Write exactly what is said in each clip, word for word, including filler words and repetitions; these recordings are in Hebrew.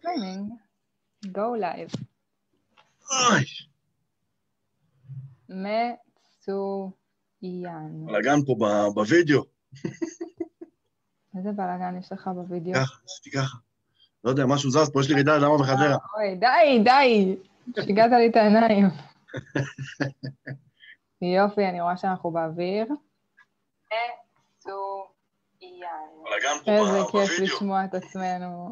Streaming. Go live. אוי. מצוין. בלגן פה ב- בווידאו. איזה בלגן יש לך בווידאו? ככה, עשיתי ככה. לא יודע, משהו זז, פה יש לי רעידת אדמה בחדרה. אוי, די, די. שיגעת לי את העיניים. יופי, אני רואה שאנחנו באוויר. מצוין. בלגן פה איזה ב- כיף בווידאו. לשמוע את עצמנו.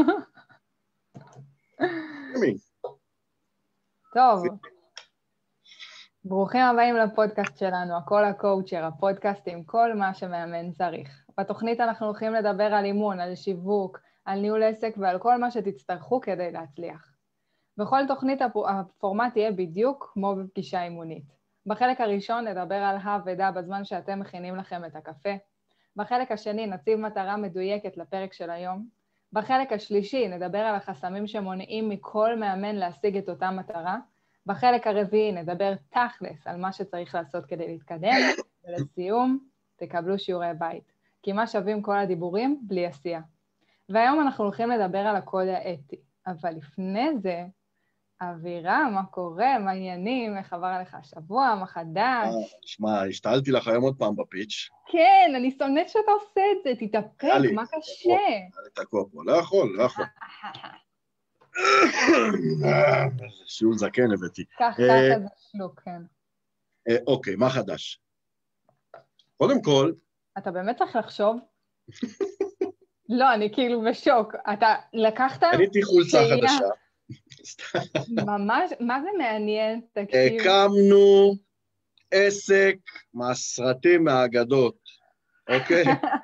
מי? טוב. ברוכים הבאים לפודקאסט שלנו, הכל הקואוצ'ר, הפודקאסט עם כל מה שמאמן צריך. בתוכנית אנחנו הולכים לדבר על אימון, על שיווק, על ניהול עסק ועל כל מה שתצטרכו כדי להצליח. בכל תוכנית הפורמט יהיה בדיוק כמו בפגישה אימונית. בחלק הראשון נדבר על הא ודא בזמן שאתם מכינים לכם את הקפה. בחלק השני נציב מטרה מדויקת לפרק של היום. בחלק השלישי נדבר על החסמים שמונעים מכל מאמן להשיג את אותה מטרה. בחלק הרביעי נדבר תכלס על מה שצריך לעשות כדי להתקדם, ולסיום תקבלו שיעורי בית, כי מה שווים כל הדיבורים בלי עשייה. והיום אנחנו הולכים לדבר על הקוד האתי, אבל לפני זה, אווירה, מה קורה, מה עניינים, איך עבר עליך השבוע, מה חדש? שמע, השתעלתי לך היום עוד פעם בפיץ'. כן, אני שונאת שאתה עושה את זה, תתאפק, יאללה, מה קשה? אני תקוע פה, לא יכול, לא יכול. שיעול זקן הבאתי. קח, קח אה, איזה שלוק, כן. אה, אוקיי, מה חדש? קודם כל, אתה באמת צריך לחשוב? לא, אני כאילו בשוק. אתה לקחת... קניתי חולצה שהייה. חדשה. ממש, מה זה מעניין? תקשיב. הקמנו עסק מהסרטים מהאגדות, אוקיי?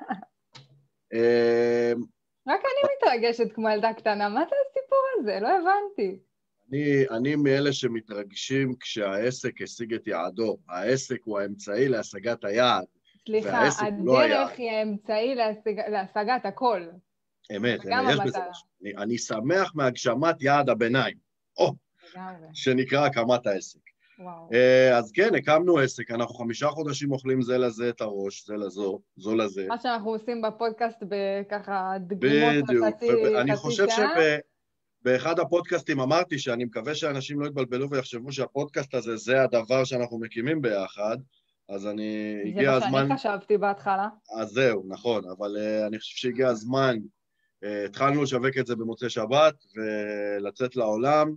אה, רק אני מתרגשת כמו ילדה קטנה. מה זה הסיפור הזה? לא הבנתי. אני, אני מאלה שמתרגשים כשהעסק השיג את יעדו. העסק הוא האמצעי להשגת היעד. סליחה, והעסק הוא לא היעד. הדרך היא האמצעי להשיג, להשגת הכל. אמת, וגם יש בזה המטרה. משהו. אני, אני שמח מהגשמת יעד הביניים, או, לגמרי. שנקרא הקמת העסק. וואו. אה, אז כן, הקמנו עסק, אנחנו חמישה חודשים אוכלים זה לזה את הראש, זה לזו, זו לזה. מה שאנחנו עושים בפודקאסט בככה דגימות בדיוק, לחצי ואני חצי חושב שעה. שבאחד הפודקאסטים אמרתי שאני מקווה שאנשים לא יתבלבלו ויחשבו שהפודקאסט הזה זה הדבר שאנחנו מקימים ביחד, אז אני, זה הגיע מה הזמן, שאני חשבתי בהתחלה. אז זהו, נכון, אבל uh, אני חושב שהגיע הזמן, uh, התחלנו לשווק את זה במוצאי שבת ולצאת לעולם,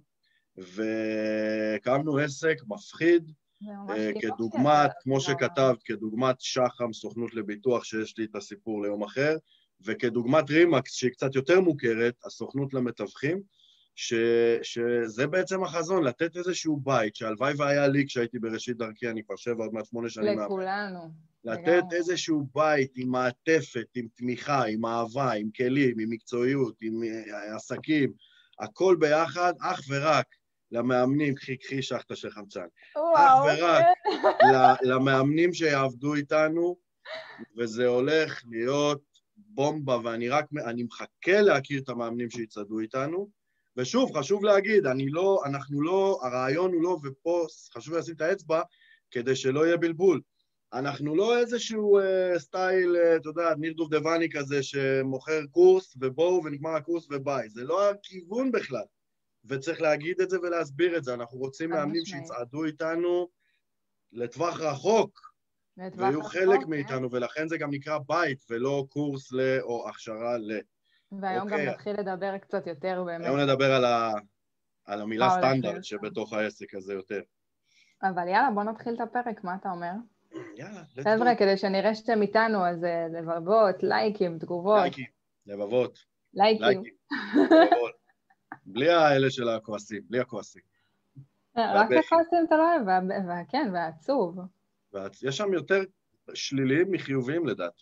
והקמנו עסק מפחיד, זה ממש uh, יופי, כדוגמת, אבל- כמו אבל- שכתבת, כדוגמת שחם, סוכנות לביטוח, שיש לי את הסיפור ליום אחר, וכדוגמת רימקס, שהיא קצת יותר מוכרת, הסוכנות למתווכים, ש, שזה בעצם החזון, לתת איזשהו בית, שהלוואי והיה לי כשהייתי בראשית דרכי, אני כבר שבע עוד מעט שמונה שנים מהבית. לכולנו. לתת לגמרי. איזשהו בית עם מעטפת, עם תמיכה, עם אהבה, עם כלים, עם מקצועיות, עם אה, עסקים, הכל ביחד, אך ורק למאמנים, קחי, קחי שחטה של חמצן, אך וואו, ורק כן. ל- למאמנים שיעבדו איתנו, וזה הולך להיות בומבה, ואני רק, אני מחכה להכיר את המאמנים שיצעדו איתנו, ושוב, חשוב להגיד, אני לא, אנחנו לא, הרעיון הוא לא, ופה חשוב לשים את האצבע, כדי שלא יהיה בלבול. אנחנו לא איזשהו אה, סטייל, אה, אתה יודע, ניר דובדבני כזה, שמוכר קורס, ובואו ונגמר הקורס וביי. זה לא הכיוון בכלל. וצריך להגיד את זה ולהסביר את זה. אנחנו רוצים חד מאמנים משמעית. שיצעדו איתנו לטווח רחוק, לטווח ויהיו רחוק, חלק כן. מאיתנו, ולכן זה גם נקרא בית, ולא קורס ל... או הכשרה ל... והיום אוקיי. גם נתחיל לדבר קצת יותר באמת. היום נדבר על, ה... על המילה מה הולך סטנדרט להיות. שבתוך העסק הזה יותר. אבל יאללה, בוא נתחיל את הפרק, מה אתה אומר? יאללה, let's חבר'ה, go. כדי שנראה שאתם איתנו, אז אה, לבבות, לייקים, תגובות. לייקים, לבבות, לייקים. לייקים, לבבות. בלי האלה של הכועסים, בלי הכועסים. רק והבכי. הכועסים אתה לא אוהב, וה- וה- כן, והעצוב. יש שם יותר שליליים מחיוביים לדעתי.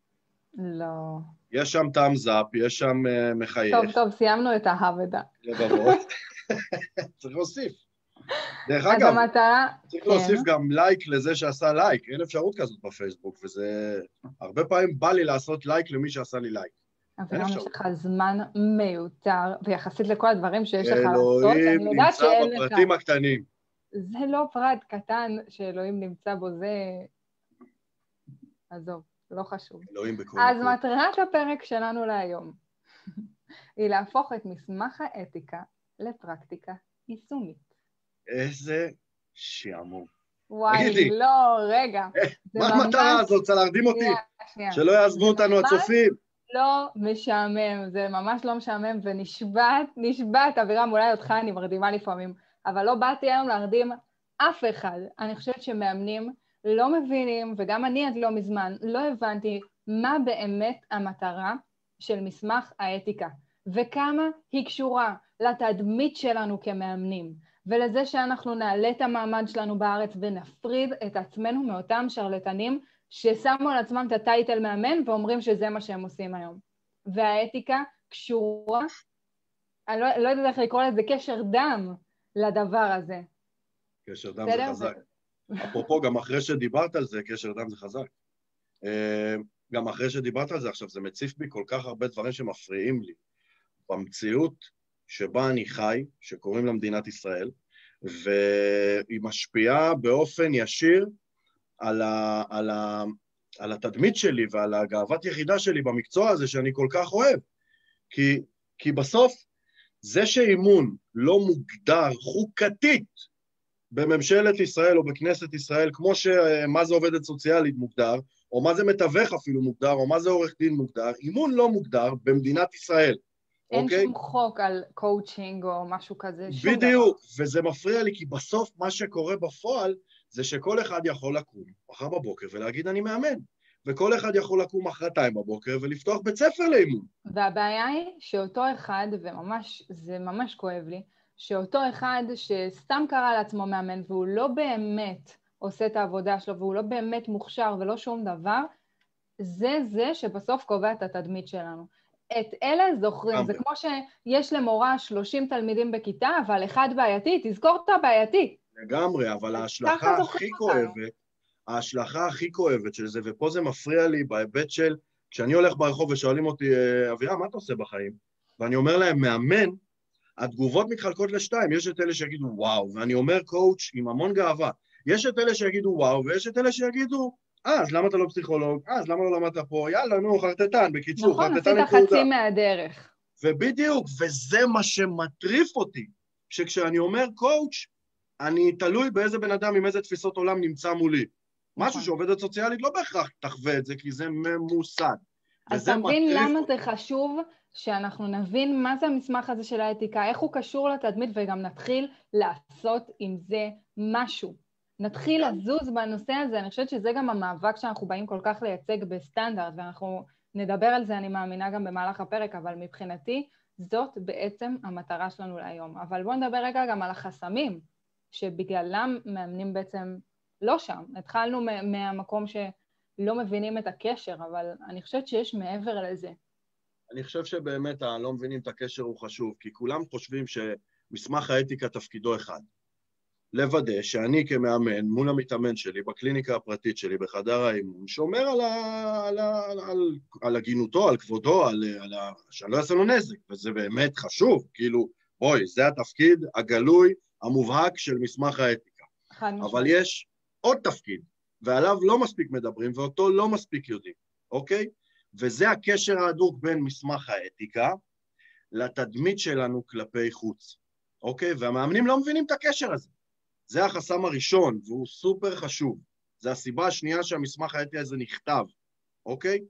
לא. יש שם thumbs up, יש שם uh, מחייך. טוב, טוב, סיימנו את ההבדה. לבבות. צריך להוסיף. דרך אז אגב, המטרה... צריך כן. להוסיף גם לייק לזה שעשה לייק, אין אפשרות כזאת בפייסבוק, וזה... הרבה פעמים בא לי לעשות לייק למי שעשה לי לייק. אבל אין גם יש אפשרות. לך זמן מיותר, ויחסית לכל הדברים שיש לך לעשות, אלוהים אני יודעת נמצא שאין לך. בפרטים הקטנים. זה לא פרט קטן שאלוהים נמצא בו, זה... עזוב, לא חשוב. אלוהים בכל אז מקום. מטרת הפרק שלנו להיום. היא להפוך את מסמך האתיקה לפרקטיקה יישומית. איזה שעמום. וואי, לא, רגע. מה המטרה הזאת? רוצה להרדים אותי? שלא יעזבו אותנו הצופים. לא משעמם, זה ממש לא משעמם, ונשבעת, נשבעת, אבירם, אולי אותך אני מרדימה לפעמים, אבל לא באתי היום להרדים אף אחד. אני חושבת שמאמנים לא מבינים, וגם אני עד לא מזמן, לא הבנתי מה באמת המטרה של מסמך האתיקה, וכמה היא קשורה לתדמית שלנו כמאמנים, ולזה שאנחנו נעלה את המעמד שלנו בארץ ונפריד את עצמנו מאותם שרלטנים ששמו על עצמם את הטייטל מאמן ואומרים שזה מה שהם עושים היום. והאתיקה קשורה, אני לא, לא יודעת איך לקרוא לזה, קשר דם לדבר הזה. קשר דם זה חזק. אפרופו, גם אחרי שדיברת על זה, קשר דם זה חזק. גם אחרי שדיברת על זה עכשיו, זה מציף בי כל כך הרבה דברים שמפריעים לי. במציאות שבה אני חי, שקוראים לה מדינת ישראל, והיא משפיעה באופן ישיר על, ה, על, ה, על התדמית שלי ועל הגאוות יחידה שלי במקצוע הזה שאני כל כך אוהב. כי, כי בסוף, זה שאימון לא מוגדר חוקתית בממשלת ישראל או בכנסת ישראל, כמו שמה זה עובדת סוציאלית מוגדר, או מה זה מתווך אפילו מוגדר, או מה זה עורך דין מוגדר, אימון לא מוגדר במדינת ישראל. אין אוקיי? שום חוק על קואוצ'ינג או משהו כזה, שום דבר. בדיוק, וזה מפריע לי, כי בסוף מה שקורה בפועל, זה שכל אחד יכול לקום מחר בבוקר ולהגיד אני מאמן, וכל אחד יכול לקום מחרתיים בבוקר ולפתוח בית ספר לאימון. והבעיה היא שאותו אחד, וממש, זה ממש כואב לי, שאותו אחד שסתם קרא לעצמו מאמן, והוא לא באמת עושה את העבודה שלו, והוא לא באמת מוכשר ולא שום דבר, זה זה שבסוף קובע את התדמית שלנו. את אלה זוכרים, זה כמו שיש למורה שלושים תלמידים בכיתה, אבל אחד בעייתי, תזכור אותה בעייתי. לגמרי, אבל ההשלכה הכי כואבת, ההשלכה הכי כואבת של זה, ופה זה מפריע לי בהיבט של, כשאני הולך ברחוב ושואלים אותי, אבירם, מה אתה עושה בחיים? ואני אומר להם, מאמן, התגובות מתחלקות לשתיים, יש את אלה שיגידו וואו, ואני אומר קואוץ' עם המון גאווה, יש את אלה שיגידו וואו, ויש את אלה שיגידו, אה, אז למה אתה לא פסיכולוג? אה, אז למה לא למדת פה? יאללה, נו, חרטטן, בקיצור, נכון, חרטטן עם עשית חצי מהדרך. ובדיוק, וזה מה שמטריף אותי, שכשאני אומר קואוץ', אני תלוי באיזה בן אדם עם איזה תפיסות עולם נמצא מולי. משהו שעובדת סוציאלית לא בהכרח תחווה את זה, כי זה ממוסד. אז תבין למה זה חשוב שאנחנו נבין מה זה המסמך הזה של האתיקה, איך הוא קשור לתדמית, וגם נתחיל לעשות עם זה משהו. נתחיל לזוז בנושא הזה, אני חושבת שזה גם המאבק שאנחנו באים כל כך לייצג בסטנדרט, ואנחנו נדבר על זה, אני מאמינה גם במהלך הפרק, אבל מבחינתי זאת בעצם המטרה שלנו להיום. אבל בואו נדבר רגע גם על החסמים, שבגללם מאמנים בעצם לא שם. התחלנו מהמקום שלא מבינים את הקשר, אבל אני חושבת שיש מעבר לזה. אני חושב שבאמת הלא מבינים את הקשר הוא חשוב, כי כולם חושבים שמסמך האתיקה תפקידו אחד. לוודא שאני כמאמן מול המתאמן שלי, בקליניקה הפרטית שלי, בחדר האימון, שומר על, ה, על, ה, על, על, על הגינותו, על כבודו, על, על ה, שאני לא אעשה לו נזק, וזה באמת חשוב, כאילו, בואי, זה התפקיד הגלוי, המובהק של מסמך האתיקה. אבל יש עוד תפקיד, ועליו לא מספיק מדברים, ואותו לא מספיק יודעים, אוקיי? וזה הקשר ההדוק בין מסמך האתיקה לתדמית שלנו כלפי חוץ, אוקיי? והמאמנים לא מבינים את הקשר הזה. זה החסם הראשון, והוא סופר חשוב. זה הסיבה השנייה שהמסמך האתי הזה נכתב, אוקיי?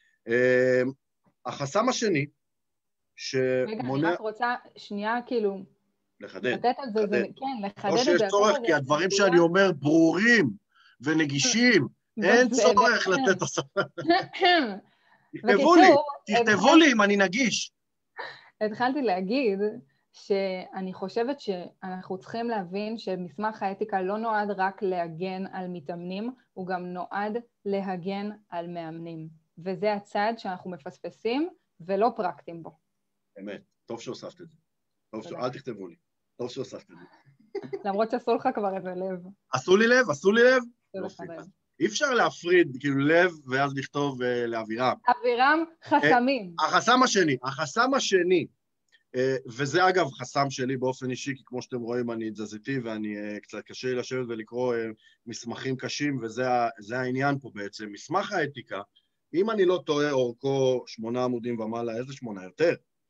החסם השני, שמונה... רגע, אני רק רוצה שנייה כאילו... לחדד. לתת על זה, זה... כן, לחדד את זה. לא שיש צורך, כי הדברים שאני אומר ברורים ונגישים. אין צורך לתת הספה. תכתבו לי, תכתבו לי אם אני נגיש. התחלתי להגיד... שאני חושבת שאנחנו צריכים להבין שמסמך האתיקה לא נועד רק להגן על מתאמנים, הוא גם נועד להגן על מאמנים. וזה הצד שאנחנו מפספסים ולא פרקטים בו. אמת, טוב שהוספת את זה. טוב ש... אל תכתבו לי. טוב שהוספת את זה. למרות שעשו לך כבר איזה לב. עשו לי לב? עשו לי לב? אי אפשר להפריד, כאילו לב, ואז לכתוב לאבירם. אבירם, חסמים. החסם השני, החסם השני, וזה אגב חסם שלי באופן אישי, כי כמו שאתם רואים אני תזזיתי ואני קצת קשה לי לשבת ולקרוא מסמכים קשים, וזה העניין פה בעצם. מסמך האתיקה, אם אני לא טועה אורכו שמונה עמודים ומעלה, איזה שמונה יותר?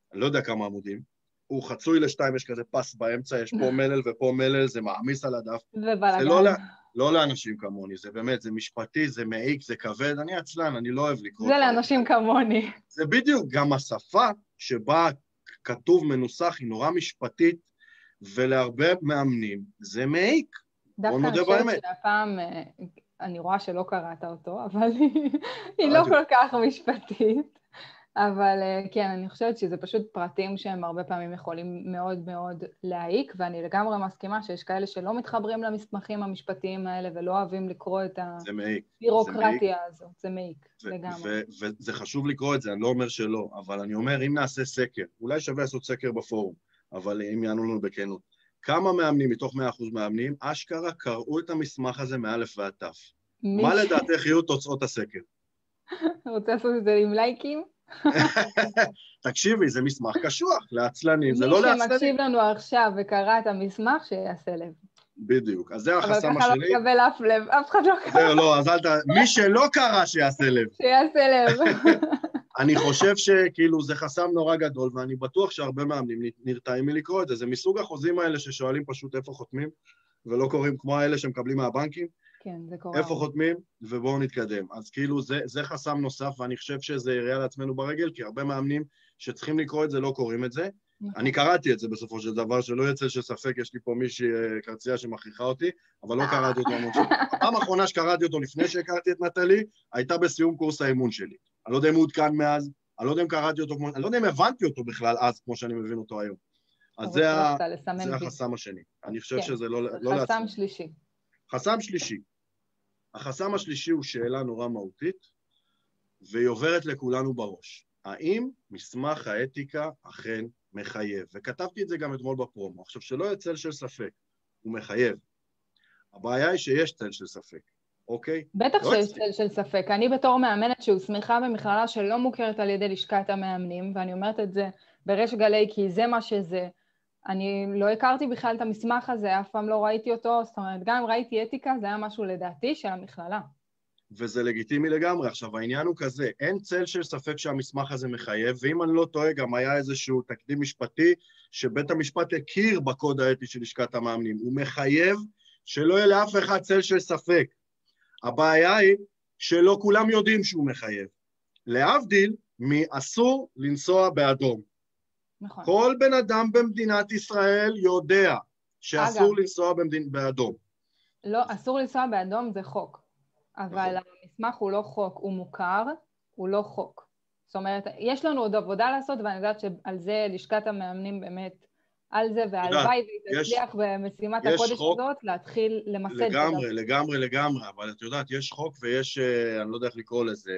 אני לא יודע כמה עמודים, הוא חצוי לשתיים, יש כזה פס באמצע, יש פה מלל ופה מלל, זה מעמיס על הדף. ובלגן. זה לא, לא לאנשים כמוני, זה באמת, זה משפטי, זה מעיק, זה כבד, אני עצלן, אני לא אוהב לקרוא. זה לאנשים כמוני. זה בדיוק, גם השפה שבה כתוב מנוסח היא נורא משפטית, ולהרבה מאמנים זה מעיק. דווקא אני חושבת שהפעם, אני רואה שלא קראת אותו, אבל היא לא כל כך משפטית. אבל כן, אני חושבת שזה פשוט פרטים שהם הרבה פעמים יכולים מאוד מאוד להעיק, ואני לגמרי מסכימה שיש כאלה שלא מתחברים למסמכים המשפטיים האלה, ולא אוהבים לקרוא את הבירוקרטיה הזו. זה מעיק, לגמרי. וזה חשוב לקרוא את זה, אני לא אומר שלא, אבל אני אומר, אם נעשה סקר, אולי שווה לעשות סקר בפורום, אבל אם יענו לנו בכנות, כמה מאמנים מתוך מאה אחוז מאמנים, אשכרה קראו את המסמך הזה מאלף ועד תף. מה לדעתך יהיו תוצאות הסקר? רוצה לעשות את זה עם לייקים? תקשיבי, זה מסמך קשוח, לעצלנים, זה לא לעצלנים. מי שמקשיב לנו עכשיו וקרא את המסמך, שיעשה לב. בדיוק, אז זה החסם השני. אבל ככה לא תקבל אף לב, אף אחד לא קרא. זהו, לא, אז אל ת... מי שלא קרא, שיעשה לב. שיעשה לב. אני חושב שכאילו זה חסם נורא גדול, ואני בטוח שהרבה מאמנים נרתעים מלקרוא את זה. זה מסוג החוזים האלה ששואלים פשוט איפה חותמים, ולא קוראים כמו האלה שמקבלים מהבנקים. כן, זה קורה. איפה חותמים, ובואו נתקדם. אז כאילו זה, זה חסם נוסף, ואני חושב שזה יראה לעצמנו ברגל, כי הרבה מאמנים שצריכים לקרוא את זה לא קוראים את זה. אני קראתי את זה בסופו של דבר, שלא יצא שספק, יש לי פה מישהי קרצייה שמכריחה אותי, אבל לא קראתי אותו המון שלי. הפעם האחרונה שקראתי אותו לפני שהכרתי את נטלי, הייתה בסיום קורס האימון שלי. אני לא יודע אם הוא עודכן מאז, אני לא יודע אם קראתי אותו, אני לא יודע אם הבנתי אותו בכלל אז, כמו שאני מבין אותו היום. אז זה, ה... זה החסם השני. אני חושב שזה לא, לא לעצמי. חסם שלישי. חסם שלישי. החסם השלישי הוא שאלה נורא מהותית, והיא עוברת לכולנו בראש. האם מסמך האתיקה אכן מחייב? וכתבתי את זה גם אתמול בפרומו. עכשיו, שלא יהיה צל של ספק, הוא מחייב. הבעיה היא שיש צל של ספק, אוקיי? בטח לא שיש צל של ספק. אני בתור מאמנת שהוסמכה במכללה שלא מוכרת על ידי לשכת המאמנים, ואני אומרת את זה בריש גלי כי זה מה שזה. אני לא הכרתי בכלל את המסמך הזה, אף פעם לא ראיתי אותו, זאת אומרת, גם אם ראיתי אתיקה, זה היה משהו לדעתי של המכללה. וזה לגיטימי לגמרי. עכשיו, העניין הוא כזה, אין צל של ספק שהמסמך הזה מחייב, ואם אני לא טועה, גם היה איזשהו תקדים משפטי, שבית המשפט הכיר בקוד האתי של לשכת המאמנים. הוא מחייב שלא יהיה לאף אחד צל של ספק. הבעיה היא שלא כולם יודעים שהוא מחייב. להבדיל, מאסור לנסוע באדום. נכון. כל בן אדם במדינת ישראל יודע שאסור אגב, לנסוע במדין, באדום. לא, אסור לנסוע באדום זה חוק, אבל נכון. המסמך הוא לא חוק, הוא מוכר, הוא לא חוק. זאת אומרת, יש לנו עוד עבודה לעשות, ואני יודעת שעל זה לשכת המאמנים באמת, על זה, והלוואי והיא תצליח במשימת הקודש חוק, הזאת, להתחיל למסד. לגמרי, לגמרי, לגמרי, אבל את יודעת, יש חוק ויש, אני לא יודע איך לקרוא לזה,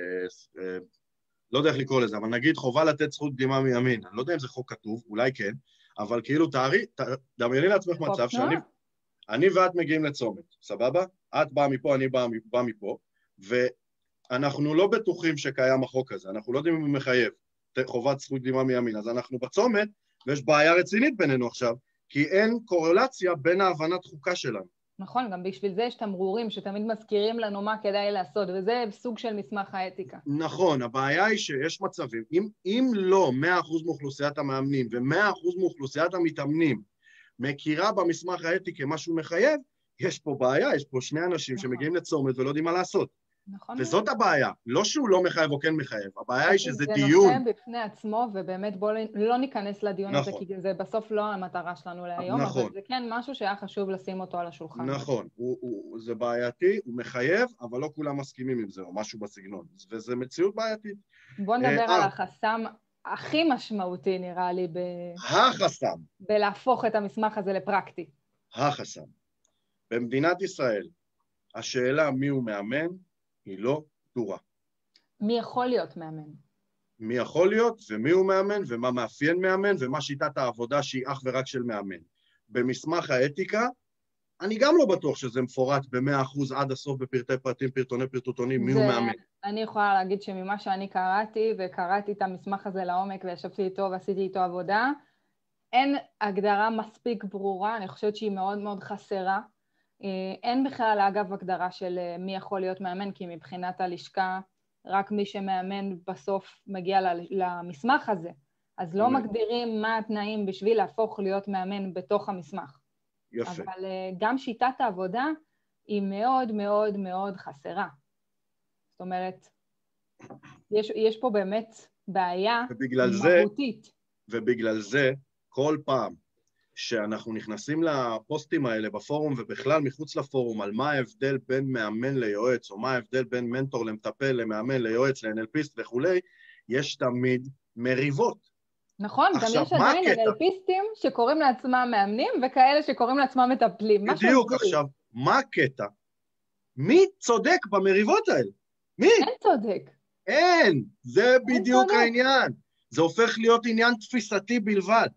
לא יודע איך לקרוא לזה, אבל נגיד חובה לתת זכות קדימה מימין. אני לא יודע אם זה חוק כתוב, אולי כן, אבל כאילו תארי, דמייני לעצמך מצב שאני אני ואת מגיעים לצומת, סבבה? את באה מפה, אני באה בא מפה, ואנחנו לא בטוחים שקיים החוק הזה, אנחנו לא יודעים אם הוא מחייב חובת זכות קדימה מימין, אז אנחנו בצומת, ויש בעיה רצינית בינינו עכשיו, כי אין קורלציה בין ההבנת חוקה שלנו. נכון, גם בשביל זה יש תמרורים שתמיד מזכירים לנו מה כדאי לעשות, וזה סוג של מסמך האתיקה. נכון, הבעיה היא שיש מצבים, אם, אם לא מאה אחוז מאוכלוסיית המאמנים ו-מאה אחוז מאוכלוסיית המתאמנים מכירה במסמך האתי כמשהו מחייב, יש פה בעיה, יש פה שני אנשים נכון. שמגיעים לצומת ולא יודעים מה לעשות. נכון. וזאת נכון. הבעיה, לא שהוא לא מחייב או כן מחייב, הבעיה היא שזה זה דיון. זה נושא בפני עצמו, ובאמת בואו לא ניכנס לדיון נכון. הזה, כי זה בסוף לא המטרה שלנו להיום, נכון. אבל זה כן משהו שהיה חשוב לשים אותו על השולחן. נכון, הוא, הוא, זה בעייתי, הוא מחייב, אבל לא כולם מסכימים עם זה, או משהו בסגנון, וזה מציאות בעייתית. בואו נדבר אה, על החסם הכי משמעותי, נראה לי, ב... החסם. בלהפוך את המסמך הזה לפרקטי. החסם. במדינת ישראל, השאלה מי הוא מאמן, היא לא פתורה. מי יכול להיות מאמן? מי יכול להיות, ומי הוא מאמן, ומה מאפיין מאמן, ומה שיטת העבודה שהיא אך ורק של מאמן. במסמך האתיקה, אני גם לא בטוח שזה מפורט ב-מאה אחוז עד הסוף בפרטי פרטים, פרטוני פרטוטונים, מי הוא מאמן. אני יכולה להגיד שממה שאני קראתי, וקראתי את המסמך הזה לעומק, וישבתי איתו ועשיתי איתו עבודה, אין הגדרה מספיק ברורה, אני חושבת שהיא מאוד מאוד חסרה. אין בכלל, אגב, הגדרה של מי יכול להיות מאמן, כי מבחינת הלשכה, רק מי שמאמן בסוף מגיע למסמך הזה. אז לא מגדירים מה התנאים בשביל להפוך להיות מאמן בתוך המסמך. יפה. אבל גם שיטת העבודה היא מאוד מאוד מאוד חסרה. זאת אומרת, יש, יש פה באמת בעיה מהותית. זה, ובגלל זה, כל פעם שאנחנו נכנסים לפוסטים האלה בפורום ובכלל מחוץ לפורום, על מה ההבדל בין מאמן ליועץ, או מה ההבדל בין מנטור למטפל, למאמן, ליועץ, ל-אן אל פיסט וכולי, יש תמיד מריבות. נכון, גם יש עדיין אן אל פיסטים שקוראים לעצמם מאמנים, וכאלה שקוראים לעצמם מטפלים. בדיוק, עכשיו, מה הקטע? מי צודק במריבות האלה? מי? אין צודק. אין, זה בדיוק העניין. זה הופך להיות עניין תפיסתי בלבד.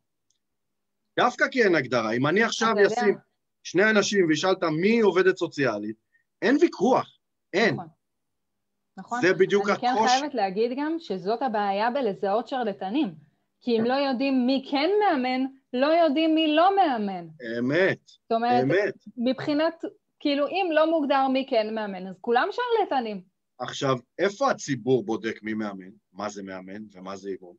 דווקא כי אין הגדרה. אם אני עכשיו אשים שני אנשים וישאלת מי עובדת סוציאלית, אין ויכוח, אין. נכון. נכון. זה בדיוק הקוש. אני כן חייבת להגיד גם שזאת הבעיה בלזהות שרלטנים. כי אם לא יודעים מי כן מאמן, לא יודעים מי לא מאמן. אמת, זאת אומרת, אמת. מבחינת, כאילו, אם לא מוגדר מי כן מאמן, אז כולם שרלטנים. עכשיו, איפה הציבור בודק מי מאמן? מה זה מאמן ומה זה אימון?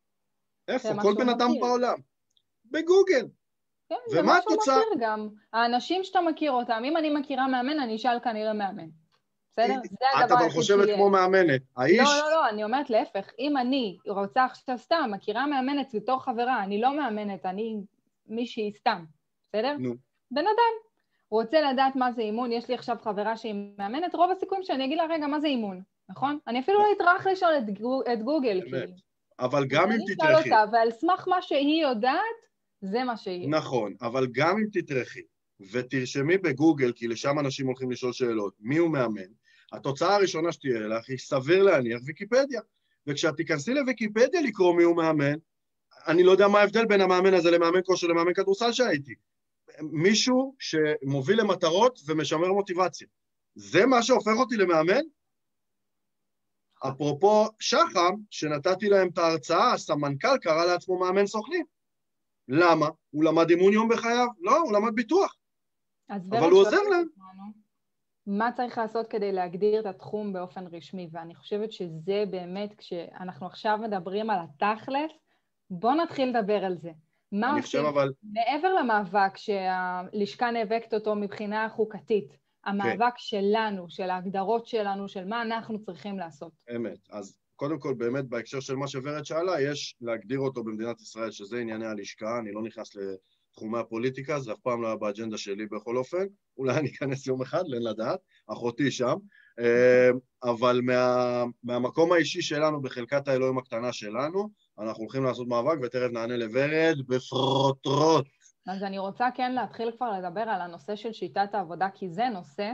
איפה? כל בן אדם בעולם. בגוגל. כן, זה משהו מכיר גם. האנשים שאתה מכיר אותם, אם אני מכירה מאמן, אני אשאל כנראה מאמן. בסדר? זה הדבר את אבל חושבת כמו מאמנת. לא, לא, לא, אני אומרת להפך. אם אני רוצה עכשיו סתם, מכירה מאמנת בתור חברה, אני לא מאמנת, אני מישהי סתם. בסדר? נו. בן אדם. רוצה לדעת מה זה אימון, יש לי עכשיו חברה שהיא מאמנת, רוב הסיכויים שאני אגיד לה, רגע, מה זה אימון? נכון? אני אפילו לא אטרח לשאול את גוגל. אבל גם אם תתרחי. אני אשאל אותה, ועל סמך מה שהיא יודעת, זה מה שיהיה. נכון, אבל גם אם תתרחי, ותרשמי בגוגל, כי לשם אנשים הולכים לשאול שאלות, מי הוא מאמן, התוצאה הראשונה שתהיה לך היא סביר להניח ויקיפדיה. וכשאת תיכנסי לוויקיפדיה לקרוא מי הוא מאמן, אני לא יודע מה ההבדל בין המאמן הזה למאמן כושר למאמן כדורסל שהייתי. מישהו שמוביל למטרות ומשמר מוטיבציה. זה מה שהופך אותי למאמן? אפרופו שחם, שנתתי להם את ההרצאה, הסמנכ"ל קרא לעצמו מאמן סוכנים. למה? הוא למד אימון יום בחייו? לא, הוא למד ביטוח. אבל הוא עוזר להם. מה צריך לעשות כדי להגדיר את התחום באופן רשמי? ואני חושבת שזה באמת, כשאנחנו עכשיו מדברים על התכלס, בוא נתחיל לדבר על זה. מה עושים אבל... מעבר למאבק שהלשכה נאבקת אותו מבחינה חוקתית, המאבק okay. שלנו, של ההגדרות שלנו, של מה אנחנו צריכים לעשות. אמת. אז קודם כל, באמת, בהקשר של מה שוורד שאלה, יש להגדיר אותו במדינת ישראל, שזה ענייני הלשכה, אני לא נכנס לתחומי הפוליטיקה, זה אף פעם לא היה באג'נדה שלי בכל אופן, אולי אני אכנס יום אחד, לאין לדעת, אחותי שם, אבל מה, מהמקום האישי שלנו, בחלקת האלוהים הקטנה שלנו, אנחנו הולכים לעשות מאבק, ותכף נענה לוורד בפרוטרוט. אז אני רוצה כן להתחיל כבר לדבר על הנושא של שיטת העבודה, כי זה נושא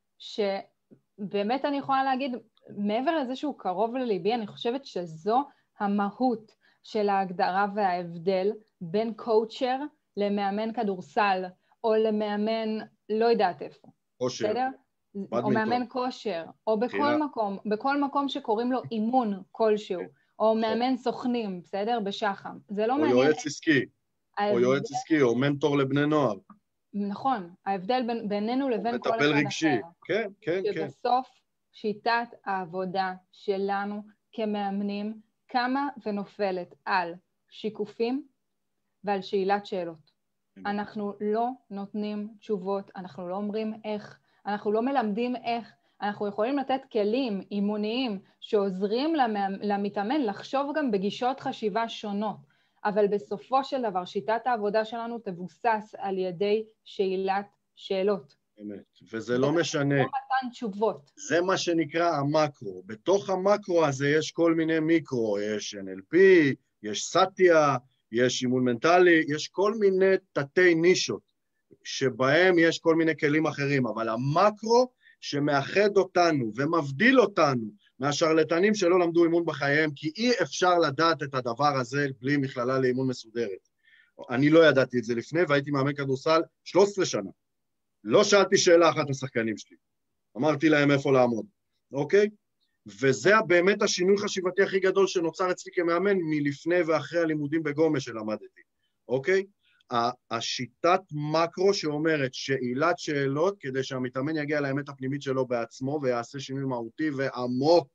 שבאמת אני יכולה להגיד, מעבר לזה שהוא קרוב לליבי, אני חושבת שזו המהות של ההגדרה וההבדל בין קואוצ'ר למאמן כדורסל, או למאמן לא יודעת איפה. כושר. או מאמן כושר, או בכל מקום, בכל מקום שקוראים לו אימון כלשהו, או מאמן סוכנים, בסדר? בשחם. זה לא מעניין... או יועץ עסקי, או יועץ עסקי, או מנטור לבני נוער. נכון, ההבדל בינינו לבין כל אחד אחר. מטפל רגשי, כן, כן, כן. שבסוף שיטת העבודה שלנו כמאמנים קמה ונופלת על שיקופים ועל שאלת שאלות. אנחנו לא נותנים תשובות, אנחנו לא אומרים איך, אנחנו לא מלמדים איך, אנחנו יכולים לתת כלים אימוניים שעוזרים למתאמן לחשוב גם בגישות חשיבה שונות, אבל בסופו של דבר שיטת העבודה שלנו תבוסס על ידי שאלת שאלות. באמת, וזה לא משנה. לא מתן תשובות. זה מה שנקרא המקרו. בתוך המקרו הזה יש כל מיני מיקרו, יש אן אל פי, יש סאטיה, יש אימון מנטלי, יש כל מיני תתי נישות, שבהם יש כל מיני כלים אחרים, אבל המקרו שמאחד אותנו ומבדיל אותנו מהשרלטנים שלא למדו אימון בחייהם, כי אי אפשר לדעת את הדבר הזה בלי מכללה לאימון מסודרת. אני לא ידעתי את זה לפני, והייתי מאמן כדורסל שלוש עשרה שנה. לא שאלתי שאלה אחת לשחקנים שלי. אמרתי להם איפה לעמוד, אוקיי? וזה באמת השינוי חשיבתי הכי גדול שנוצר אצלי כמאמן מלפני ואחרי הלימודים בגומש שלמדתי, אוקיי? השיטת מקרו שאומרת שאלת שאלות כדי שהמתאמן יגיע לאמת הפנימית שלו בעצמו ויעשה שינוי מהותי ועמוק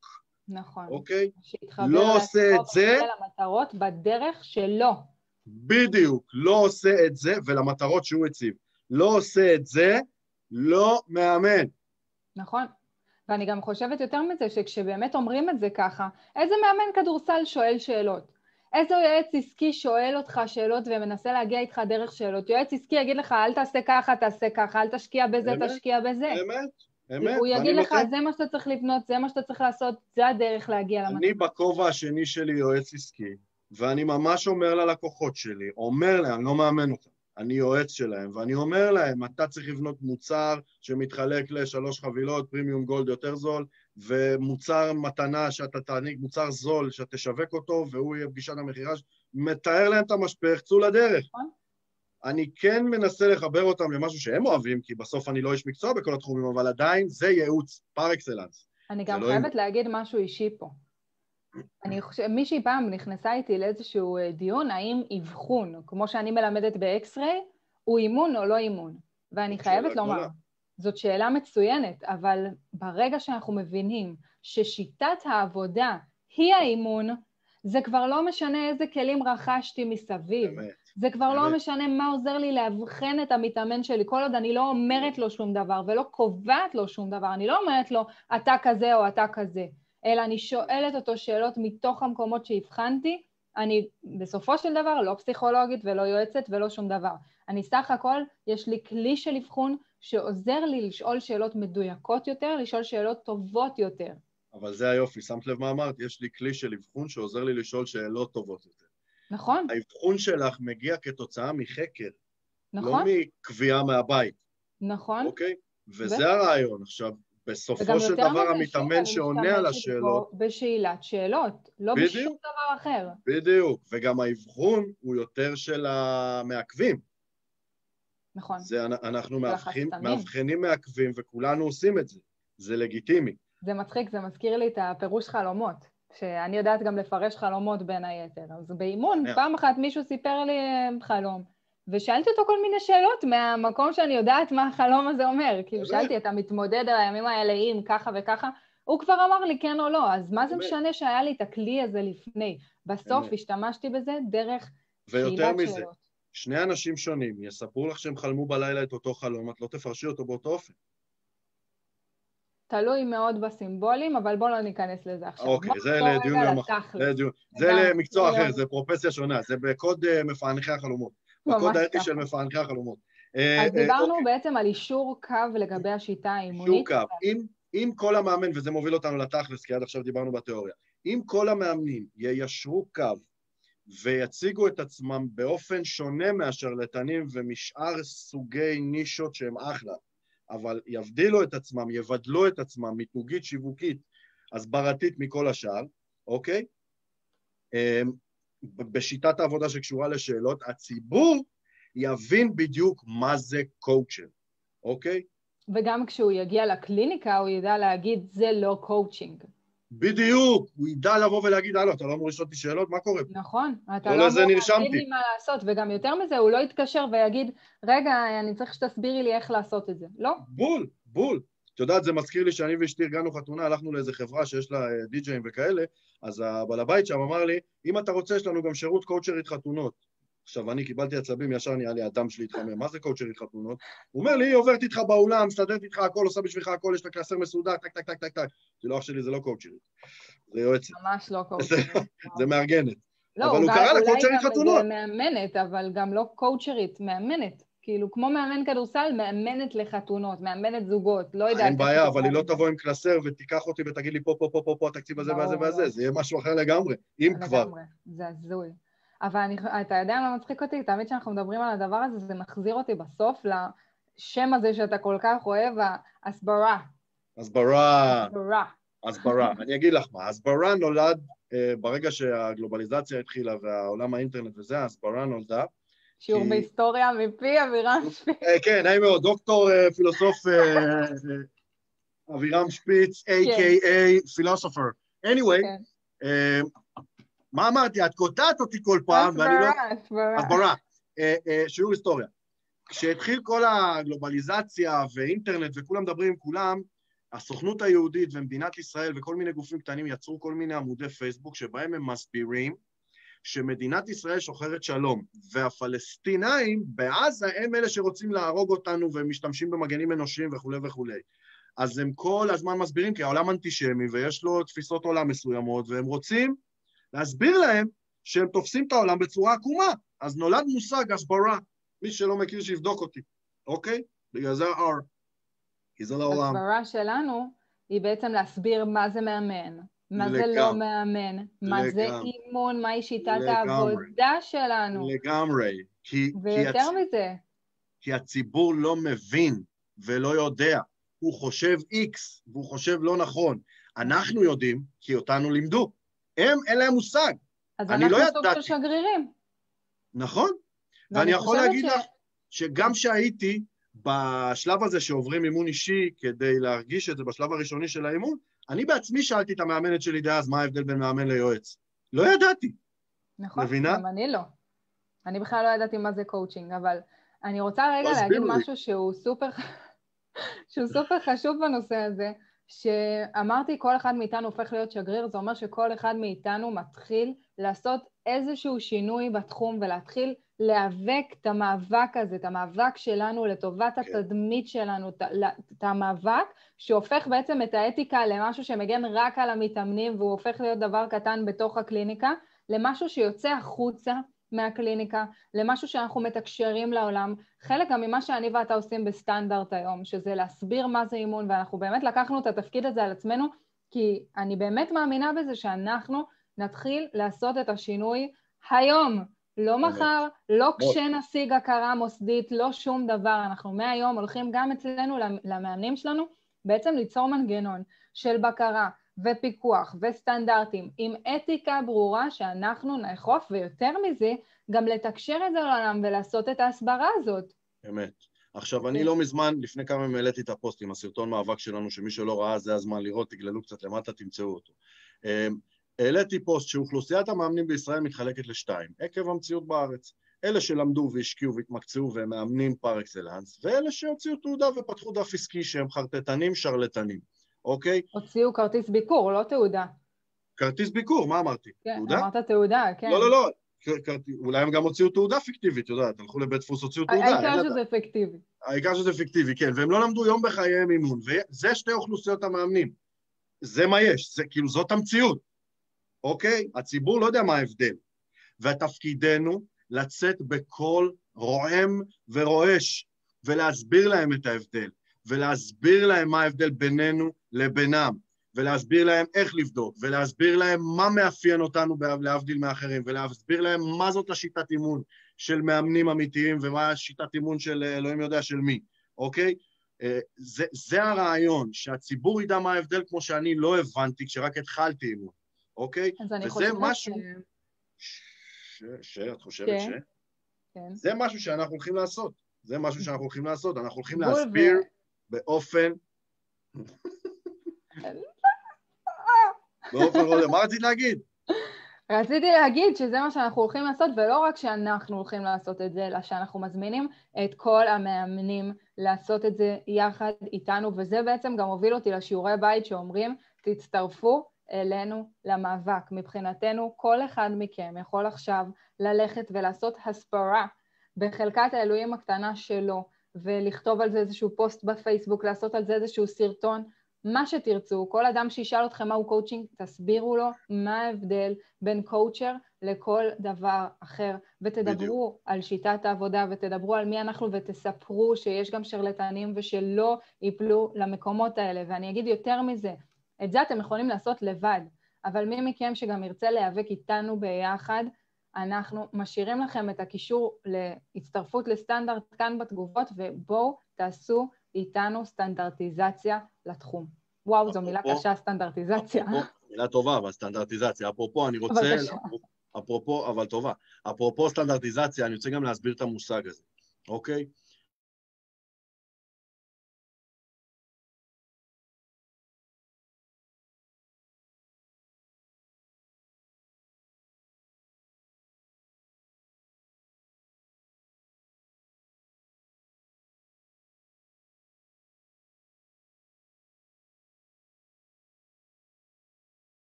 נכון. אוקיי? שיתחבר לא עושה את זה, למטרות בדרך שלו. בדיוק, לא עושה את זה, ולמטרות שהוא הציב. לא עושה את זה, לא מאמן. נכון. ואני גם חושבת יותר מזה, שכשבאמת אומרים את זה ככה, איזה מאמן כדורסל שואל שאלות? איזה יועץ עסקי שואל אותך שאלות ומנסה להגיע איתך דרך שאלות? יועץ עסקי יגיד לך, אל תעשה ככה, תעשה ככה, אל תשקיע בזה, אמת, תשקיע בזה. אמת, אמת. הוא יגיד לך, נותן... זה מה שאתה צריך לבנות, זה מה שאתה צריך לעשות, זה הדרך להגיע למטרה. אני בכובע השני שלי יועץ עסקי, ואני ממש אומר ללקוחות שלי, אומר להם, אני לא מאמן אותם, אני יועץ שלהם, ואני אומר להם, אתה צריך לבנות מוצר שמתחלק לשלוש חבילות, פרימיום גולד יותר זול, ומוצר מתנה שאתה תעניק, מוצר זול שאתה תשווק אותו, והוא יהיה פגישת המחירה, מתאר להם את המשפך, צאו לדרך. אני כן מנסה לחבר אותם למשהו שהם אוהבים, כי בסוף אני לא איש מקצוע בכל התחומים, אבל עדיין זה ייעוץ, פר אקסלנס. אני גם חייבת להגיד משהו אישי פה. אני חושב, מישהי פעם נכנסה איתי לאיזשהו דיון, האם אבחון, כמו שאני מלמדת באקס-ריי, הוא אימון או לא אימון. ואני חייבת לומר, זאת שאלה מצוינת, אבל ברגע שאנחנו מבינים ששיטת העבודה היא האימון, זה כבר לא משנה איזה כלים רכשתי מסביב. זה כבר לא משנה מה עוזר לי להבחן את המתאמן שלי, כל עוד אני לא אומרת לו שום דבר ולא קובעת לו שום דבר, אני לא אומרת לו אתה כזה או אתה כזה. אלא אני שואלת אותו שאלות מתוך המקומות שהבחנתי, אני בסופו של דבר לא פסיכולוגית ולא יועצת ולא שום דבר. אני סך הכל, יש לי כלי של אבחון שעוזר לי לשאול שאלות מדויקות יותר, לשאול שאלות טובות יותר. אבל זה היופי, שמת לב מה אמרת? יש לי כלי של אבחון שעוזר לי לשאול שאלות טובות יותר. נכון. האבחון שלך מגיע כתוצאה מחקר, נכון. לא מקביעה מהבית. נכון. אוקיי? וזה הרעיון. עכשיו, בסופו של דבר המתאמן שעונה על השאלות... בשאלת שאלות, לא בשום דבר אחר. בדיוק, וגם האבחון הוא יותר של המעכבים. נכון. זה אנחנו מאבחנים מעכבים וכולנו עושים את זה. זה לגיטימי. זה מצחיק, זה מזכיר לי את הפירוש חלומות, שאני יודעת גם לפרש חלומות בין היתר. אז באימון, פעם אחת מישהו סיפר לי חלום, ושאלתי אותו כל מיני שאלות מהמקום שאני יודעת מה החלום הזה אומר. כאילו שאלתי, אתה מתמודד על הימים האלה עם ככה וככה? הוא כבר אמר לי כן או לא, אז מה זה משנה שהיה לי את הכלי הזה לפני? בסוף השתמשתי בזה דרך ויותר מזה, שני אנשים שונים יספרו לך שהם חלמו בלילה את אותו חלום, את לא תפרשי אותו באותו אופן. תלוי מאוד בסימבולים, אבל בואו לא ניכנס לזה עכשיו. אוקיי, זה לדיון יום אחר. זה למקצוע אחר, זה פרופסיה שונה, זה בקוד מפענחי החלומות. בקוד האתי של מפענחי החלומות. אז דיברנו בעצם על אישור קו לגבי השיטה האימונית. אישור קו. אם כל המאמן, וזה מוביל אותנו לתכלס, כי עד עכשיו דיברנו בתיאוריה, אם כל המאמנים יישרו קו ויציגו את עצמם באופן שונה מהשרלטנים ומשאר סוגי נישות שהם אחלה, אבל יבדילו את עצמם, יבדלו את עצמם, מתנוגית, שיווקית, הסברתית מכל השאר, אוקיי? בשיטת העבודה שקשורה לשאלות, הציבור יבין בדיוק מה זה קואוצ'ר, אוקיי? וגם כשהוא יגיע לקליניקה, הוא ידע להגיד, זה לא קואוצ'ינג. בדיוק, הוא ידע לבוא ולהגיד, הלו, אתה לא אמור לשאול אותי שאלות, מה קורה? נכון, אתה לא אמור להגיד לי מה לעשות, וגם יותר מזה, הוא לא יתקשר ויגיד, רגע, אני צריך שתסבירי לי איך לעשות את זה, לא? בול, בול. את יודעת, זה מזכיר לי שאני ואשתי ארגנו חתונה, הלכנו לאיזה חברה שיש לה די-ג'יים וכאלה, אז הבעל הבית שם אמר לי, אם אתה רוצה, יש לנו גם שירות קואוצ'רית חתונות. עכשיו, אני קיבלתי עצבים, ישר נהיה לי אדם שלי התחמם, מה זה קואוצ'רית חתונות? הוא אומר לי, היא עוברת איתך באולם, מסתדרת איתך הכל, עושה בשבילך הכל, יש לה קלסר מסודר, טק, טק, טק, טק, טק. זה לא אח שלי, זה לא קואוצ'רית. זה יועצת. ממש לא קואוצ'רית. זה מארגנת. לא, אבל הוא קרא לה קואוצ'רית חתונות. זה מאמנת, אבל גם לא קואוצ'רית, מאמנת. כאילו, כמו מאמן כדורסל, מאמנת לחתונות, מאמנת זוגות, לא יודעת. אין בעיה, אבל היא לא תבוא עם קלסר ותיקח אותי ותגיד לי פה, פה, פה, פה, פה, התקציב הזה והזה והזה, זה יהיה משהו אחר לגמרי, אם כבר. זה הזוי. אבל אני, אתה יודע מה מצחיק אותי? תמיד כשאנחנו מדברים על הדבר הזה, זה מחזיר אותי בסוף לשם הזה שאתה כל כך אוהב, ההסברה. הסברה. הסברה. הסברה. אני אגיד לך מה, הסברה נולד ברגע שהגלובליזציה התחילה והעולם האינטרנט וזה, ההסברה נולדה. שיעור בהיסטוריה מפי אבירם שפיץ. כן, נעים מאוד, דוקטור פילוסוף אבירם שפיץ, איי קיי איי פילוסופר. anyway, מה אמרתי? את קוטעת אותי כל פעם, ואני לא... הסברה, הסברה. שיעור היסטוריה. כשהתחיל כל הגלובליזציה ואינטרנט וכולם מדברים עם כולם, הסוכנות היהודית ומדינת ישראל וכל מיני גופים קטנים יצרו כל מיני עמודי פייסבוק שבהם הם מסבירים שמדינת ישראל שוחרת שלום, והפלסטינאים בעזה הם אלה שרוצים להרוג אותנו ומשתמשים במגנים אנושיים וכו' וכו'. אז הם כל הזמן מסבירים, כי העולם אנטישמי ויש לו תפיסות עולם מסוימות, והם רוצים להסביר להם שהם תופסים את העולם בצורה עקומה. אז נולד מושג הסברה, מי שלא מכיר שיבדוק אותי, אוקיי? בגלל זה ה-R, כי זה לעולם. הסברה שלנו היא בעצם להסביר מה זה מאמן, מה זה לא מאמן, מה זה אימון, מהי שיטת העבודה שלנו. לגמרי. ויותר מזה. כי הציבור לא מבין ולא יודע. הוא חושב X, והוא חושב לא נכון. אנחנו יודעים, כי אותנו לימדו. הם, אין להם מושג. אז אנחנו סוג של שגרירים. נכון. ואני יכול להגיד לך שגם שהייתי בשלב הזה שעוברים אימון אישי, כדי להרגיש את זה בשלב הראשוני של האימון, אני בעצמי שאלתי את המאמנת שלי דאז, מה ההבדל בין מאמן ליועץ? לא ידעתי. נכון, גם אני לא. אני בכלל לא ידעתי מה זה קואוצ'ינג, אבל אני רוצה רגע להגיד משהו שהוא סופר, שהוא סופר חשוב בנושא הזה, שאמרתי כל אחד מאיתנו הופך להיות שגריר, זה אומר שכל אחד מאיתנו מתחיל לעשות איזשהו שינוי בתחום, ולהתחיל להיאבק את המאבק הזה, את המאבק שלנו לטובת התדמית שלנו, את המאבק שהופך בעצם את האתיקה למשהו שמגן רק על המתאמנים, והוא הופך להיות דבר קטן בתוך הקליניקה, למשהו שיוצא החוצה מהקליניקה, למשהו שאנחנו מתקשרים לעולם. חלק גם ממה שאני ואתה עושים בסטנדרט היום, שזה להסביר מה זה אימון, ואנחנו באמת לקחנו את התפקיד הזה על עצמנו, כי אני באמת מאמינה בזה שאנחנו נתחיל לעשות את השינוי היום, לא מחר, לא כשנשיג הכרה מוסדית, לא שום דבר. אנחנו מהיום הולכים גם אצלנו למאמנים שלנו, בעצם ליצור מנגנון של בקרה ופיקוח וסטנדרטים, עם אתיקה ברורה שאנחנו נאכוף, ויותר מזה, גם לתקשר את זה לעולם ולעשות את ההסברה הזאת. אמת. עכשיו, אני לא מזמן, לפני כמה ימים העליתי את הפוסט עם הסרטון מאבק שלנו, שמי שלא ראה זה הזמן לראות, תגללו קצת למטה, תמצאו אותו. העליתי פוסט שאוכלוסיית המאמנים בישראל מתחלקת לשתיים, עקב המציאות בארץ. אלה שלמדו והשקיעו והתמקצעו והם מאמנים פר אקסלנס, ואלה שהוציאו תעודה ופתחו דף עסקי שהם חרטטנים, שרלטנים. אוקיי? הוציאו כרטיס ביקור, לא תעודה. כרטיס ביקור, מה אמרתי? כן, תעודה? אמרת תעודה, כן. לא, לא, לא. אולי הם גם הוציאו תעודה פיקטיבית, יודעת, הלכו לבית דפוס, הוציאו תעודה. העיקר שזה פיקטיבי. העיקר שזה פיקטיבי, כן, והם לא למדו יום בחייהם אימון, וזה שתי אוכלוסיות המאמנים. זה מה יש, זה, כאילו זאת המציאות, אוקיי? הציבור לא יודע מה ההבדל. והתפקידנו לצאת בכל רועם ורועש, ולהסביר להם את ההבדל, ולהסביר להם מה ההבדל בינינו לבינם, ולהסביר להם איך לבדוק, ולהסביר להם מה מאפיין אותנו להבדיל מאחרים, ולהסביר להם מה זאת השיטת אימון של מאמנים אמיתיים, ומה השיטת אימון של אלוהים יודע של מי, אוקיי? זה, זה הרעיון, שהציבור ידע מה ההבדל כמו שאני לא הבנתי כשרק התחלתי אימון, אוקיי? וזה משהו... ש... ש... את חושבת כן. ש... כן. זה משהו שאנחנו הולכים לעשות. זה משהו שאנחנו הולכים לעשות. אנחנו הולכים להסביר ו... באופן... באופן רולה. מה רצית להגיד? רציתי להגיד שזה מה שאנחנו הולכים לעשות, ולא רק שאנחנו הולכים לעשות את זה, אלא שאנחנו מזמינים את כל המאמנים לעשות את זה יחד איתנו, וזה בעצם גם הוביל אותי לשיעורי בית שאומרים, תצטרפו אלינו למאבק. מבחינתנו, כל אחד מכם יכול עכשיו ללכת ולעשות הסברה בחלקת האלוהים הקטנה שלו, ולכתוב על זה איזשהו פוסט בפייסבוק, לעשות על זה איזשהו סרטון, מה שתרצו. כל אדם שישאל אתכם מהו קואוצ'ינג, תסבירו לו מה ההבדל בין קואוצ'ר לכל דבר אחר, ותדברו בדיוק. על שיטת העבודה, ותדברו על מי אנחנו, ותספרו שיש גם שרלטנים ושלא ייפלו למקומות האלה. ואני אגיד יותר מזה, את זה אתם יכולים לעשות לבד, אבל מי מכם שגם ירצה להיאבק איתנו ביחד, אנחנו משאירים לכם את הקישור להצטרפות לסטנדרט כאן בתגובות, ובואו תעשו איתנו סטנדרטיזציה לתחום. וואו, זו מילה קשה, סטנדרטיזציה. מילה טובה, אבל סטנדרטיזציה. אפרופו, אני רוצה... אפרופו, אבל טובה. אפרופו סטנדרטיזציה, אני רוצה גם להסביר את המושג הזה, אוקיי?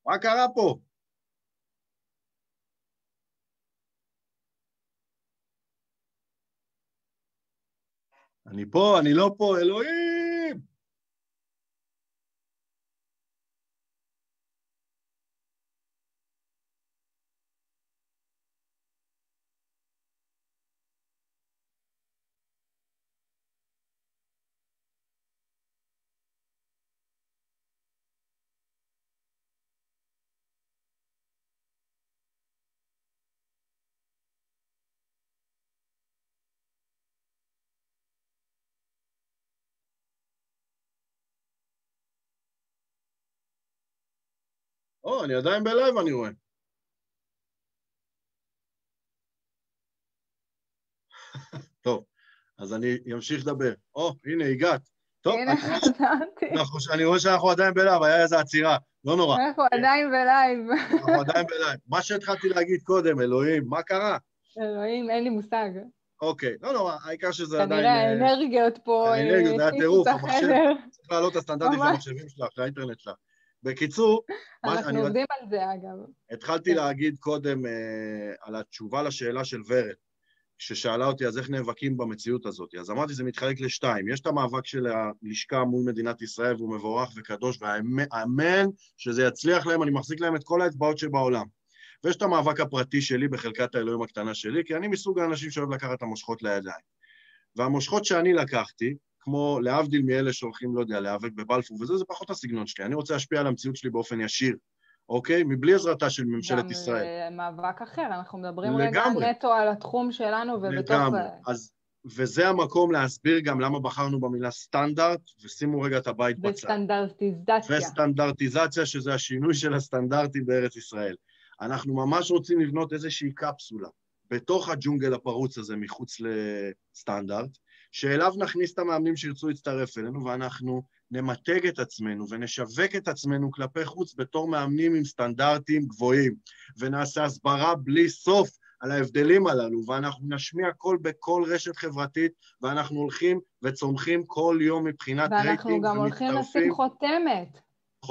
מה קרה פה? אני פה, אני לא פה, אלוהים! או, אני עדיין בלייב, אני רואה. טוב, אז אני אמשיך לדבר. או, הנה, הגעת. טוב, הנה, אני, חזרתי. אני רואה שאנחנו עדיין בלייב, היה איזו עצירה, לא נורא. אנחנו עדיין בלייב. אנחנו עדיין בלייב. מה שהתחלתי להגיד קודם, אלוהים, מה קרה? אלוהים, אין לי מושג. אוקיי, לא נורא, העיקר שזה עדיין... כנראה האנרגיות פה האנרגיות, זה היה הפיצו טירוף, את המחשב, החדר. צריך להעלות את הסטנדרטים של ממש. המחשבים שלך, של האינטרנט שלך. בקיצור, מה אנחנו שאני עובדים על זה, אגב. התחלתי כן. להגיד קודם אה, על התשובה לשאלה של ורד, ששאלה אותי, אז איך נאבקים במציאות הזאת? אז אמרתי, זה מתחלק לשתיים. יש את המאבק של הלשכה מול מדינת ישראל, והוא מבורך וקדוש, והאמן שזה יצליח להם, אני מחזיק להם את כל האצבעות שבעולם. ויש את המאבק הפרטי שלי בחלקת האלוהים הקטנה שלי, כי אני מסוג האנשים שאוהב לקחת את המושכות לידיים. והמושכות שאני לקחתי, כמו להבדיל מאלה שהולכים, לא יודע, להיאבק בבלפור, וזה, זה פחות הסגנון שלי. אני רוצה להשפיע על המציאות שלי באופן ישיר, אוקיי? מבלי עזרתה של ממשלת ישראל. גם מאבק אחר, אנחנו מדברים לגמרי. רגע נטו על התחום שלנו, ובתוך... לגמרי. אז, וזה המקום להסביר גם למה בחרנו במילה סטנדרט, ושימו רגע את הבית בצד. וסטנדרטיזציה. וסטנדרטיזציה, שזה השינוי של הסטנדרטים בארץ ישראל. אנחנו ממש רוצים לבנות איזושהי קפסולה, בתוך הג'ונגל הפרוץ הזה, מחוץ לסטנדרט, שאליו נכניס את המאמנים שירצו להצטרף אלינו, ואנחנו נמתג את עצמנו ונשווק את עצמנו כלפי חוץ בתור מאמנים עם סטנדרטים גבוהים, ונעשה הסברה בלי סוף על ההבדלים הללו, ואנחנו נשמיע קול בכל רשת חברתית, ואנחנו הולכים וצומחים כל יום מבחינת רייטינג ומצטרפים. ואנחנו גם הולכים לשים חותמת.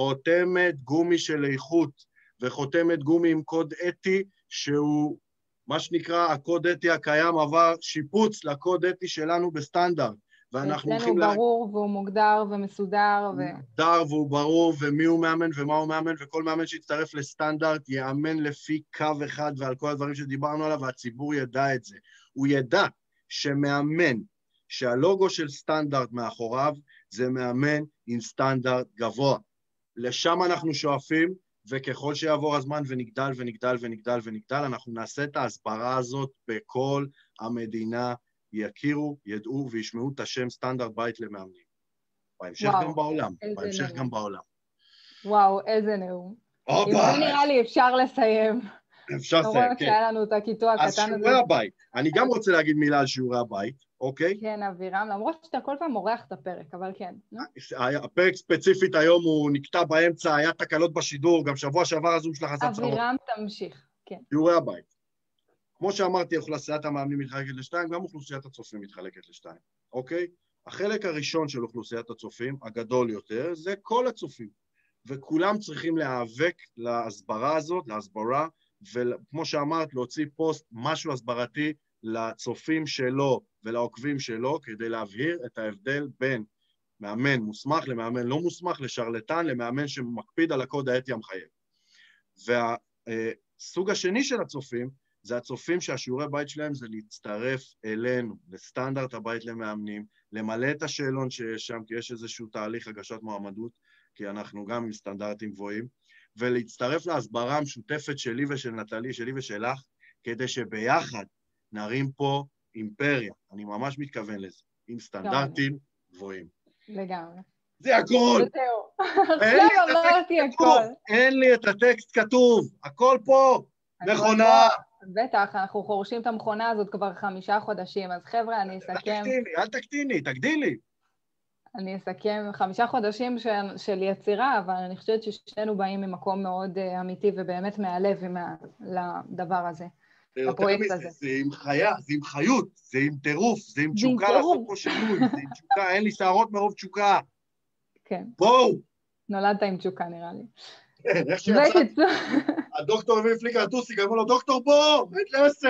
חותמת גומי של איכות, וחותמת גומי עם קוד אתי שהוא... מה שנקרא, הקוד אתי הקיים עבר שיפוץ לקוד אתי שלנו בסטנדרט. ואנחנו הולכים... אצלנו ברור והוא מוגדר ומסודר. ו... מוגדר והוא ברור, ומי הוא מאמן ומה הוא מאמן, וכל מאמן שיצטרף לסטנדרט יאמן לפי קו אחד, ועל כל הדברים שדיברנו עליו, והציבור ידע את זה. הוא ידע שמאמן, שהלוגו של סטנדרט מאחוריו, זה מאמן עם סטנדרט גבוה. לשם אנחנו שואפים, וככל שיעבור הזמן ונגדל ונגדל ונגדל ונגדל, אנחנו נעשה את ההסברה הזאת בכל המדינה, יכירו, ידעו וישמעו את השם סטנדרט בית למאמנים. בהמשך וואו, גם בעולם, בהמשך נאום. גם בעולם. וואו, איזה נאום. אופה! אם זה נראה לי אפשר לסיים. אפשר לסיים, כן. שהיה לנו את הקיטוע הקטן הזה. אז שיעורי הבית. אני גם רוצה להגיד מילה על שיעורי הבית, אוקיי? כן, אבירם, למרות שאתה כל פעם מורח את הפרק, אבל כן. הפרק ספציפית היום הוא נקטע באמצע, היה תקלות בשידור, גם שבוע שעבר הזום שלך עשה צרות. אבירם תמשיך, כן. שיעורי הבית. כמו שאמרתי, אוכלוסיית המאמנים מתחלקת לשתיים, גם אוכלוסיית הצופים מתחלקת לשתיים, אוקיי? החלק הראשון של אוכלוסיית הצופים, הגדול יותר, זה כל הצופים. וכולם צריכים להיאבק להסברה הזאת, להסברה, וכמו שאמרת, להוציא פוסט, משהו הסברתי לצופים שלו ולעוקבים שלו, כדי להבהיר את ההבדל בין מאמן מוסמך למאמן לא מוסמך, לשרלטן, למאמן שמקפיד על הקוד האתי המחייב. והסוג השני של הצופים, זה הצופים שהשיעורי בית שלהם זה להצטרף אלינו, לסטנדרט הבית למאמנים, למלא את השאלון שיש שם, כי יש איזשהו תהליך הגשת מועמדות, כי אנחנו גם עם סטנדרטים גבוהים, ולהצטרף להסברה המשותפת שלי ושל נטלי, שלי ושלך, כדי שביחד נרים פה אימפריה. אני ממש מתכוון לזה, עם סטנדרטים גבוהים. לגמרי. זה הכל! וזהו. עכשיו אמרתי הכל. אין לי את הטקסט כתוב, הכל פה, מכונה. בטח, אנחנו חורשים את המכונה הזאת כבר חמישה חודשים, אז חבר'ה, אני אסכם... אל תקטיני, אל תקטיני, תגדילי. אני אסכם חמישה חודשים של, של יצירה, אבל אני חושבת ששנינו באים ממקום מאוד uh, אמיתי ובאמת מהלב לדבר הזה, לפרויקט הזה. זה עם חיה, זה עם חיות, זה עם טירוף, זה עם תשוקה לעשות פה שינוי, זה עם תשוקה, אין לי שערות מרוב תשוקה. כן. בואו. נולדת עם תשוקה נראה לי. כן, איך שיצא, הדוקטור הביא פליקר טוסיק, אמרו לו, דוקטור בוא, בית לעשר.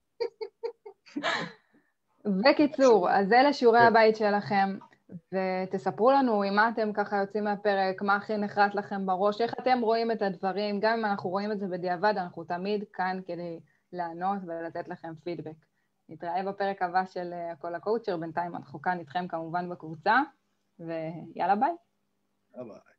בקיצור, אז אלה שיעורי הבית שלכם, ותספרו לנו אם אתם ככה יוצאים מהפרק, מה הכי נחרט לכם בראש, איך אתם רואים את הדברים, גם אם אנחנו רואים את זה בדיעבד, אנחנו תמיד כאן כדי לענות ולתת לכם פידבק. נתראה בפרק הבא של הכל הקואוצ'ר, בינתיים אנחנו כאן איתכם כמובן בקבוצה, ויאללה ביי. ביי.